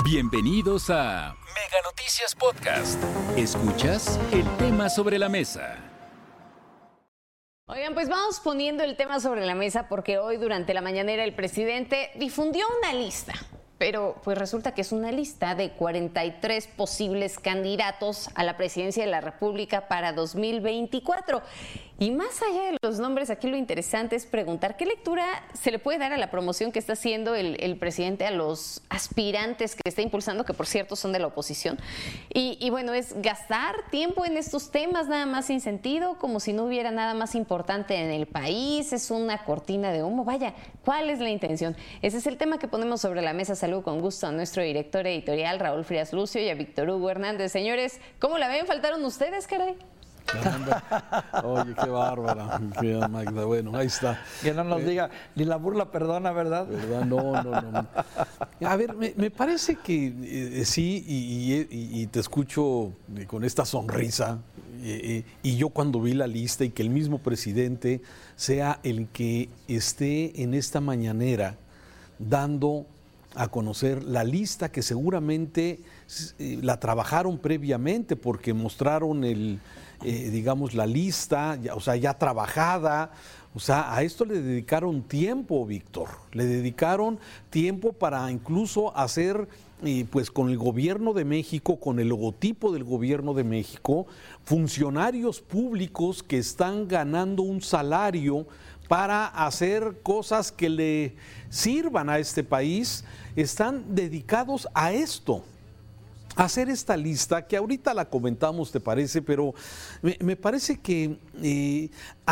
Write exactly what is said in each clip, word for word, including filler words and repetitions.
Bienvenidos a Mega Noticias Podcast. Escuchas el tema sobre la mesa. Oigan, pues vamos poniendo el tema sobre la mesa porque hoy durante la mañanera el presidente difundió una lista. Pero pues resulta que es una lista de cuarenta y tres posibles candidatos a la presidencia de la República para dos mil veinticuatro. Y más allá de los nombres, aquí lo interesante es preguntar qué lectura se le puede dar a la promoción que está haciendo el, el presidente a los aspirantes que está impulsando, que por cierto son de la oposición. Y, y bueno, es gastar tiempo en estos temas nada más sin sentido, como si no hubiera nada más importante en el país, es una cortina de humo. Vaya, ¿cuál es la intención? Ese es el tema que ponemos sobre la mesa. Saludo con gusto a nuestro director editorial, Raúl Frías Lucio, y a Víctor Hugo Hernández. Señores, ¿cómo la ven? ¿Faltaron ustedes, caray? Oye, qué bárbara, qué Magda. Bueno, ahí está. Que no nos eh, diga, ni la burla perdona, ¿verdad? ¿Verdad? No, no, no. A ver, me, me parece que eh, sí, y, y, y te escucho con esta sonrisa. Eh, y yo cuando vi la lista y que el mismo presidente sea el que esté en esta mañanera dando a conocer la lista que seguramente eh, la trabajaron previamente porque mostraron el, eh, digamos, la lista, ya, o sea, ya trabajada. O sea, a esto le dedicaron tiempo, Víctor. Le dedicaron tiempo para incluso hacer, eh, pues con el gobierno de México, con el logotipo del gobierno de México, funcionarios públicos que están ganando un salario para hacer cosas que le sirvan a este país, están dedicados a esto, a hacer esta lista, que ahorita la comentamos, ¿te parece? Pero me, me parece que eh,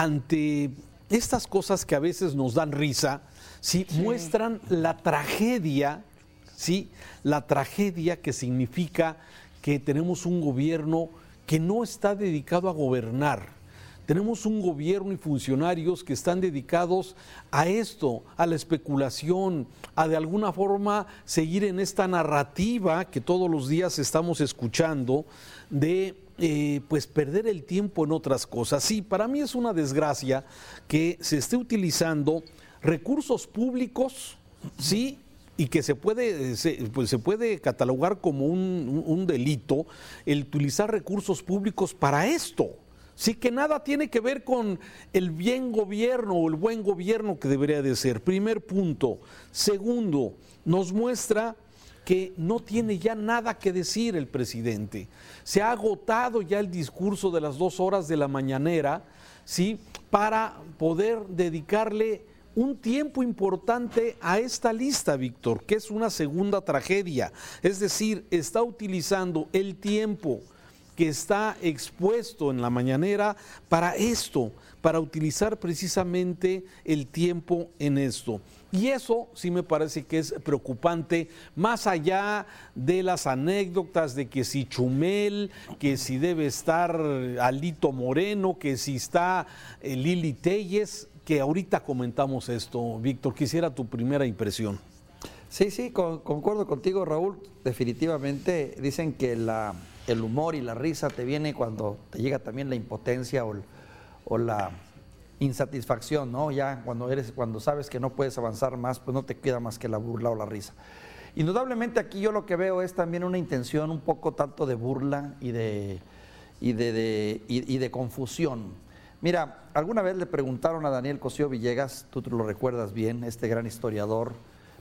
ante estas cosas que a veces nos dan risa, ¿sí? Sí. Muestran la tragedia, ¿sí? La tragedia que significa que tenemos un gobierno que no está dedicado a gobernar. Tenemos un gobierno y funcionarios que están dedicados a esto, a la especulación, a de alguna forma seguir en esta narrativa que todos los días estamos escuchando de eh, pues perder el tiempo en otras cosas. Sí, para mí es una desgracia que se esté utilizando recursos públicos, sí, y que se puede, se, pues se puede catalogar como un, un delito el utilizar recursos públicos para esto. Sí, que nada tiene que ver con el bien gobierno o el buen gobierno que debería de ser. Primer punto. Segundo, nos muestra que no tiene ya nada que decir el presidente. Se ha agotado ya el discurso de las dos horas de la mañanera, ¿sí? Para poder dedicarle un tiempo importante a esta lista, Víctor, que es una segunda tragedia. Es decir, está utilizando el tiempo que está expuesto en la mañanera para esto, para utilizar precisamente el tiempo en esto. Y eso sí me parece que es preocupante, más allá de las anécdotas de que si Chumel, que si debe estar Alito Moreno, que si está eh, Lili Téllez, que ahorita comentamos esto. Víctor, quisiera tu primera impresión. Sí, sí, con, concuerdo contigo, Raúl. Definitivamente dicen que la... el humor y la risa te viene cuando te llega también la impotencia o, o la insatisfacción, ¿no? Ya cuando eres, cuando sabes que no puedes avanzar más, pues no te queda más que la burla o la risa. Indudablemente aquí yo lo que veo es también una intención un poco tanto de burla y de, y de, de, y, y de confusión. Mira, alguna vez le preguntaron a Daniel Cosío Villegas, tú te lo recuerdas bien, este gran historiador,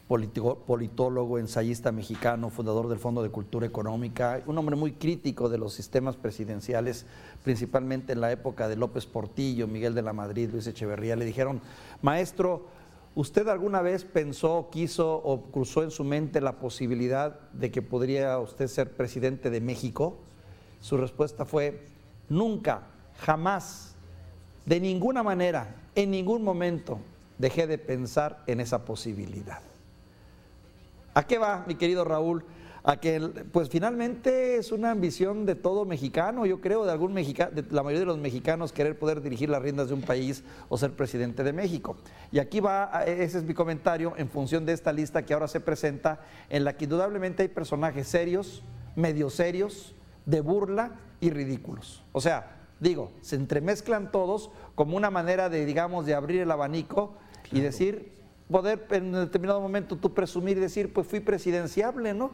politólogo, ensayista mexicano, fundador del Fondo de Cultura Económica, un hombre muy crítico de los sistemas presidenciales, principalmente en la época de López Portillo, Miguel de la Madrid, Luis Echeverría. Le dijeron, maestro, ¿usted alguna vez pensó, quiso o cruzó en su mente la posibilidad de que podría usted ser presidente de México? Su respuesta fue, nunca, jamás, de ninguna manera, en ningún momento dejé de pensar en esa posibilidad. ¿A qué va, mi querido Raúl? A que, pues finalmente es una ambición de todo mexicano, yo creo, de algún mexicano, de la mayoría de los mexicanos, querer poder dirigir las riendas de un país o ser presidente de México. Y aquí va, ese es mi comentario en función de esta lista que ahora se presenta, en la que indudablemente hay personajes serios, medio serios, de burla y ridículos. O sea, digo, se entremezclan todos como una manera de, digamos, de abrir el abanico, claro, y decir, poder en determinado momento tú presumir y decir, pues fui presidenciable, ¿no?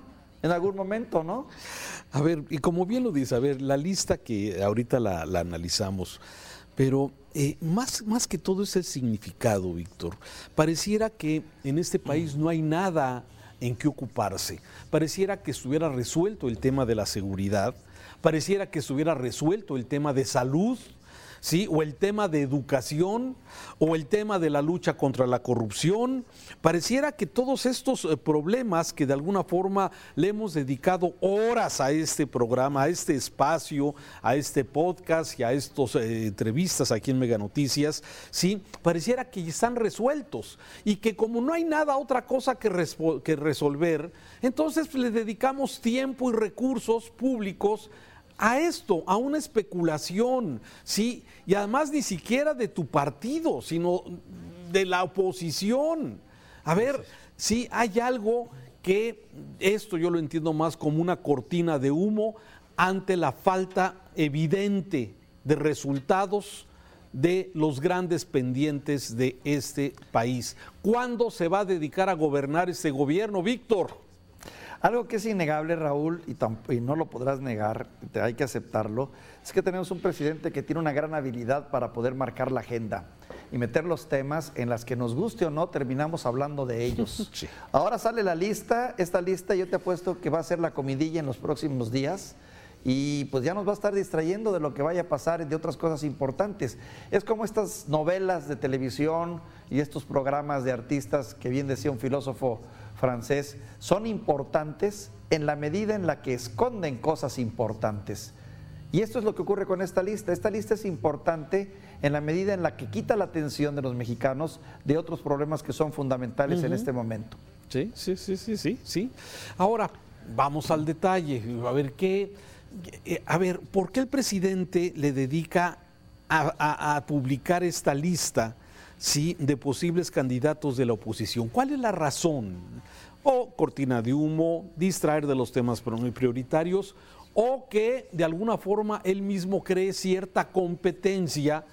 en algún momento, ¿no? A ver, y como bien lo dice, a ver, la lista que ahorita la, la analizamos, pero eh, más, más que todo es el significado, Víctor. Pareciera que en este país no hay nada en qué ocuparse. Pareciera que estuviera resuelto el tema de la seguridad, pareciera que estuviera resuelto el tema de salud, ¿sí? O el tema de educación, o el tema de la lucha contra la corrupción. Pareciera que todos estos eh, problemas que de alguna forma le hemos dedicado horas a este programa, a este espacio, a este podcast y a estas eh, entrevistas aquí en Mega Noticias, ¿sí? Pareciera que están resueltos y que como no hay nada otra cosa que, respo- que resolver, entonces le dedicamos tiempo y recursos públicos a esto, a una especulación, ¿sí? Y además ni siquiera de tu partido, sino de la oposición. A ver, sí, hay algo que esto yo lo entiendo más como una cortina de humo ante la falta evidente de resultados de los grandes pendientes de este país. ¿Cuándo se va a dedicar a gobernar este gobierno, Víctor? Algo que es innegable, Raúl, y, y no lo podrás negar, te, hay que aceptarlo, es que tenemos un presidente que tiene una gran habilidad para poder marcar la agenda y meter los temas en las que nos guste o no, terminamos hablando de ellos. Sí. Ahora sale la lista, esta lista yo te apuesto que va a ser la comidilla en los próximos días y pues ya nos va a estar distrayendo de lo que vaya a pasar y de otras cosas importantes. Es como estas novelas de televisión y estos programas de artistas que bien decía un filósofo francés, son importantes en la medida en la que esconden cosas importantes. Y esto es lo que ocurre con esta lista. Esta lista es importante en la medida en la que quita la atención de los mexicanos de otros problemas que son fundamentales uh-huh. en este momento. Sí, sí, sí, sí, sí, sí. Ahora, vamos al detalle. A ver, ¿qué, a ver, ¿por qué el presidente le dedica a, a, a publicar esta lista? Sí, de posibles candidatos de la oposición. ¿Cuál es la razón? O cortina de humo, distraer de los temas prioritarios, o que de alguna forma él mismo cree cierta competencia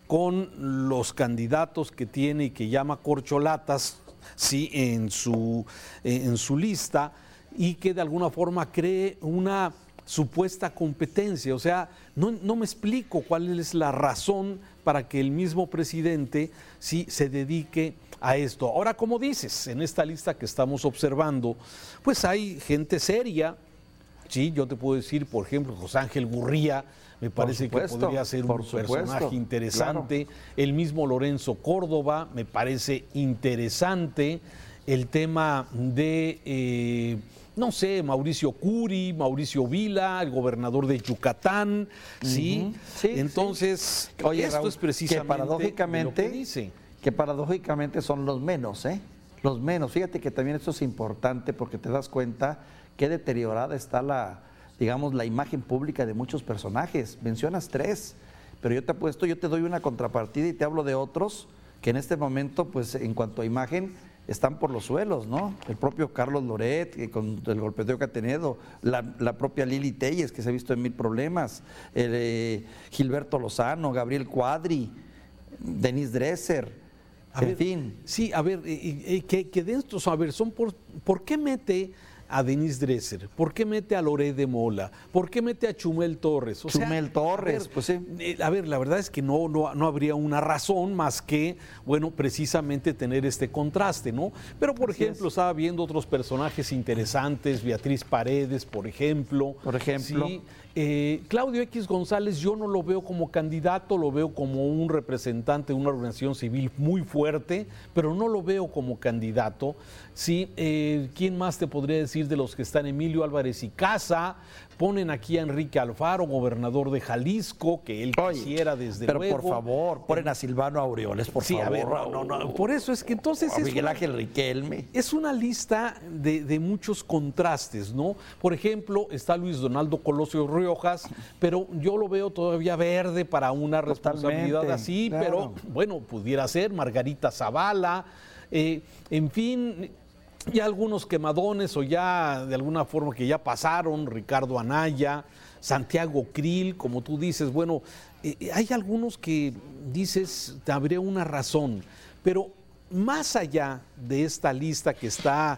con los candidatos que tiene y que llama corcholatas, sí, en su, en su lista, y que de alguna forma cree una supuesta competencia. O sea, no, no me explico cuál es la razón para que el mismo presidente sí se dedique a esto. Ahora, como dices, en esta lista que estamos observando, pues hay gente seria, sí, yo te puedo decir, por ejemplo, José Ángel Gurría, me parece supuesto, que podría ser un supuesto, personaje interesante, claro. El mismo Lorenzo Córdoba, me parece interesante, el tema de... Eh, no sé, Mauricio Curi, Mauricio Vila, el gobernador de Yucatán, ¿sí? Uh-huh. Sí, entonces, sí. Oye, esto Raúl, es precisamente que paradójicamente, lo que dice. Que paradójicamente son los menos, ¿eh? Los menos. Fíjate que también esto es importante porque te das cuenta qué deteriorada está la, digamos, la imagen pública de muchos personajes. Mencionas tres, pero yo te apuesto, yo te doy una contrapartida y te hablo de otros que en este momento, pues, en cuanto a imagen, están por los suelos, ¿no? El propio Carlos Loret, que con el golpeteo que ha tenido, la, la propia Lili Telles, que se ha visto en mil problemas, el, eh, Gilberto Lozano, Gabriel Cuadri, Denise Dresser, a en ver, fin. Sí, a ver, eh, eh, que, que de estos, a ver, son por, ¿por qué mete a Denise Dresser? ¿Por qué mete a Loret de Mola? ¿Por qué mete a Chumel Torres? O Chumel sea, Torres, a ver, pues sí. Eh, a ver, la verdad es que no, no, no habría una razón más que, bueno, precisamente tener este contraste, ¿no? Pero, por Así ejemplo, es. estaba viendo otros personajes interesantes, Beatriz Paredes, por ejemplo. Por ejemplo. Sí, eh, Claudio X González yo no lo veo como candidato, lo veo como un representante de una organización civil muy fuerte, pero no lo veo como candidato. Sí, eh, ¿quién más te podría decir de los que están? Emilio Álvarez y Casa, ponen aquí a Enrique Alfaro, gobernador de Jalisco, que él Oye, quisiera desde pero luego. Pero por favor, ponen a Silvano Aureoles, por sí, favor. Sí, a ver, no, no, no, por eso es que entonces a es Miguel una, Ángel Riquelme. Es una lista de, de muchos contrastes, ¿no? Por ejemplo, está Luis Donaldo Colosio Riojas, pero yo lo veo todavía verde para una responsabilidad Totalmente, así, claro. Pero bueno, pudiera ser Margarita Zavala, eh, en fin... Y algunos quemadones o ya de alguna forma que ya pasaron, Ricardo Anaya, Santiago Krill, como tú dices, bueno, eh, hay algunos que dices, te habría una razón, pero más allá de esta lista que está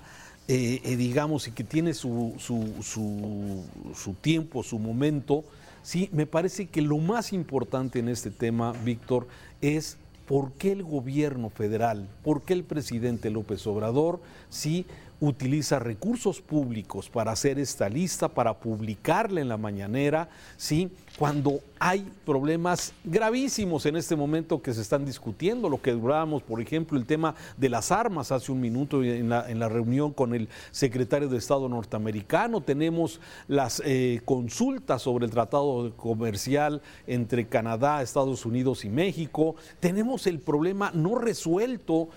eh, eh, digamos, y que tiene su, su, su, su tiempo, su momento, sí, me parece que lo más importante en este tema, Víctor, es por qué el gobierno federal, por qué el presidente López Obrador, sí, utiliza recursos públicos para hacer esta lista, para publicarla en la mañanera, ¿sí? Cuando hay problemas gravísimos en este momento que se están discutiendo, lo que durábamos, por ejemplo, el tema de las armas hace un minuto en la, en la reunión con el secretario de Estado norteamericano, tenemos las eh, consultas sobre el tratado comercial entre Canadá, Estados Unidos y México, tenemos el problema no resuelto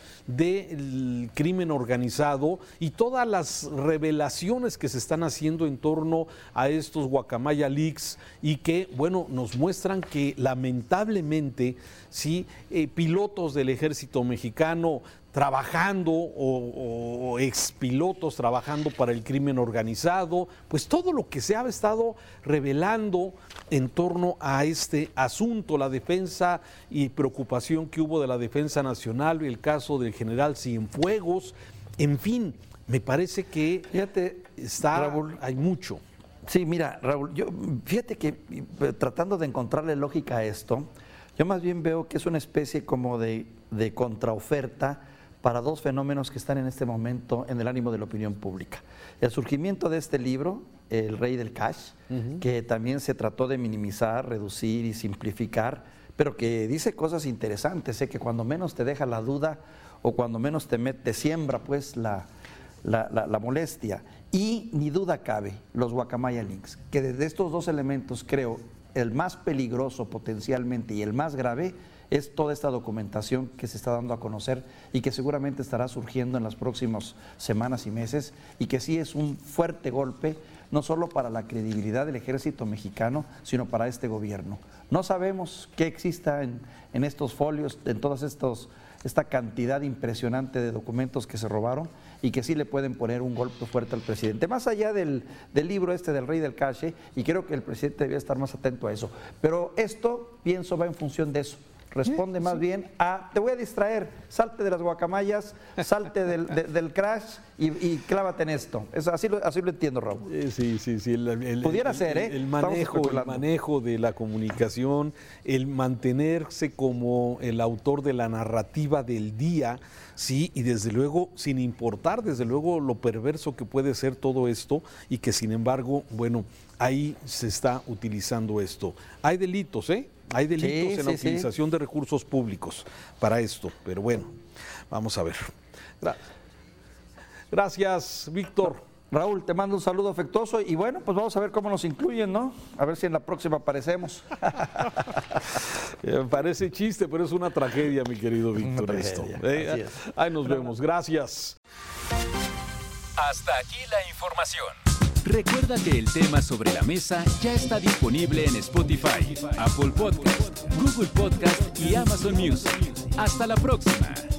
del crimen organizado y todas las revelaciones que se están haciendo en torno a estos Guacamaya Leaks y que, bueno, nos muestran que lamentablemente, sí, eh, pilotos del ejército mexicano trabajando o, o expilotos trabajando para el crimen organizado, pues todo lo que se ha estado revelando en torno a este asunto, la defensa y preocupación que hubo de la defensa nacional y el caso del general Cienfuegos, en fin, me parece que fíjate, está, Raúl, hay mucho. Sí, mira, Raúl, yo fíjate que tratando de encontrarle lógica a esto, yo más bien veo que es una especie como de, de contraoferta para dos fenómenos que están en este momento en el ánimo de la opinión pública. El surgimiento de este libro, El Rey del Cash, uh-huh. que también se trató de minimizar, reducir y simplificar, pero que dice cosas interesantes, ¿eh? Que cuando menos te deja la duda o cuando menos te, met, te siembra pues la, la, la, la molestia. Y ni duda cabe, los Guacamaya Leaks, que desde estos dos elementos creo el más peligroso potencialmente y el más grave es toda esta documentación que se está dando a conocer y que seguramente estará surgiendo en las próximas semanas y meses y que sí es un fuerte golpe no solo para la credibilidad del ejército mexicano, sino para este gobierno. No sabemos qué exista en, en estos folios, en todas estos, esta cantidad impresionante de documentos que se robaron y que sí le pueden poner un golpe fuerte al presidente. Más allá del, del libro este del Rey del Cash, y creo que el presidente debía estar más atento a eso. Pero esto, pienso, va en función de eso. Responde más sí. bien a, te voy a distraer, salte de las guacamayas, salte del, de, del crash y, y clávate en esto. Es, así, lo, así lo entiendo, Raúl. Eh, sí, sí, sí. El, el, Pudiera el, ser, ¿eh? El manejo, el manejo de la comunicación, el mantenerse como el autor de la narrativa del día, sí, y desde luego, sin importar, desde luego, lo perverso que puede ser todo esto y que, sin embargo, bueno, ahí se está utilizando esto. Hay delitos, ¿eh? Hay delitos sí, en la sí, utilización sí. de recursos públicos para esto, pero bueno, vamos a ver. Gracias, Víctor. Raúl, te mando un saludo afectuoso y bueno, pues vamos a ver cómo nos incluyen, ¿no? A ver si en la próxima aparecemos. Me parece chiste, pero es una tragedia, mi querido Víctor, esto. ¿Eh? Ahí nos vemos, gracias. Hasta aquí la información. Recuerda que el tema sobre la mesa ya está disponible en Spotify, Apple Podcast, Google Podcast y Amazon Music. Hasta la próxima.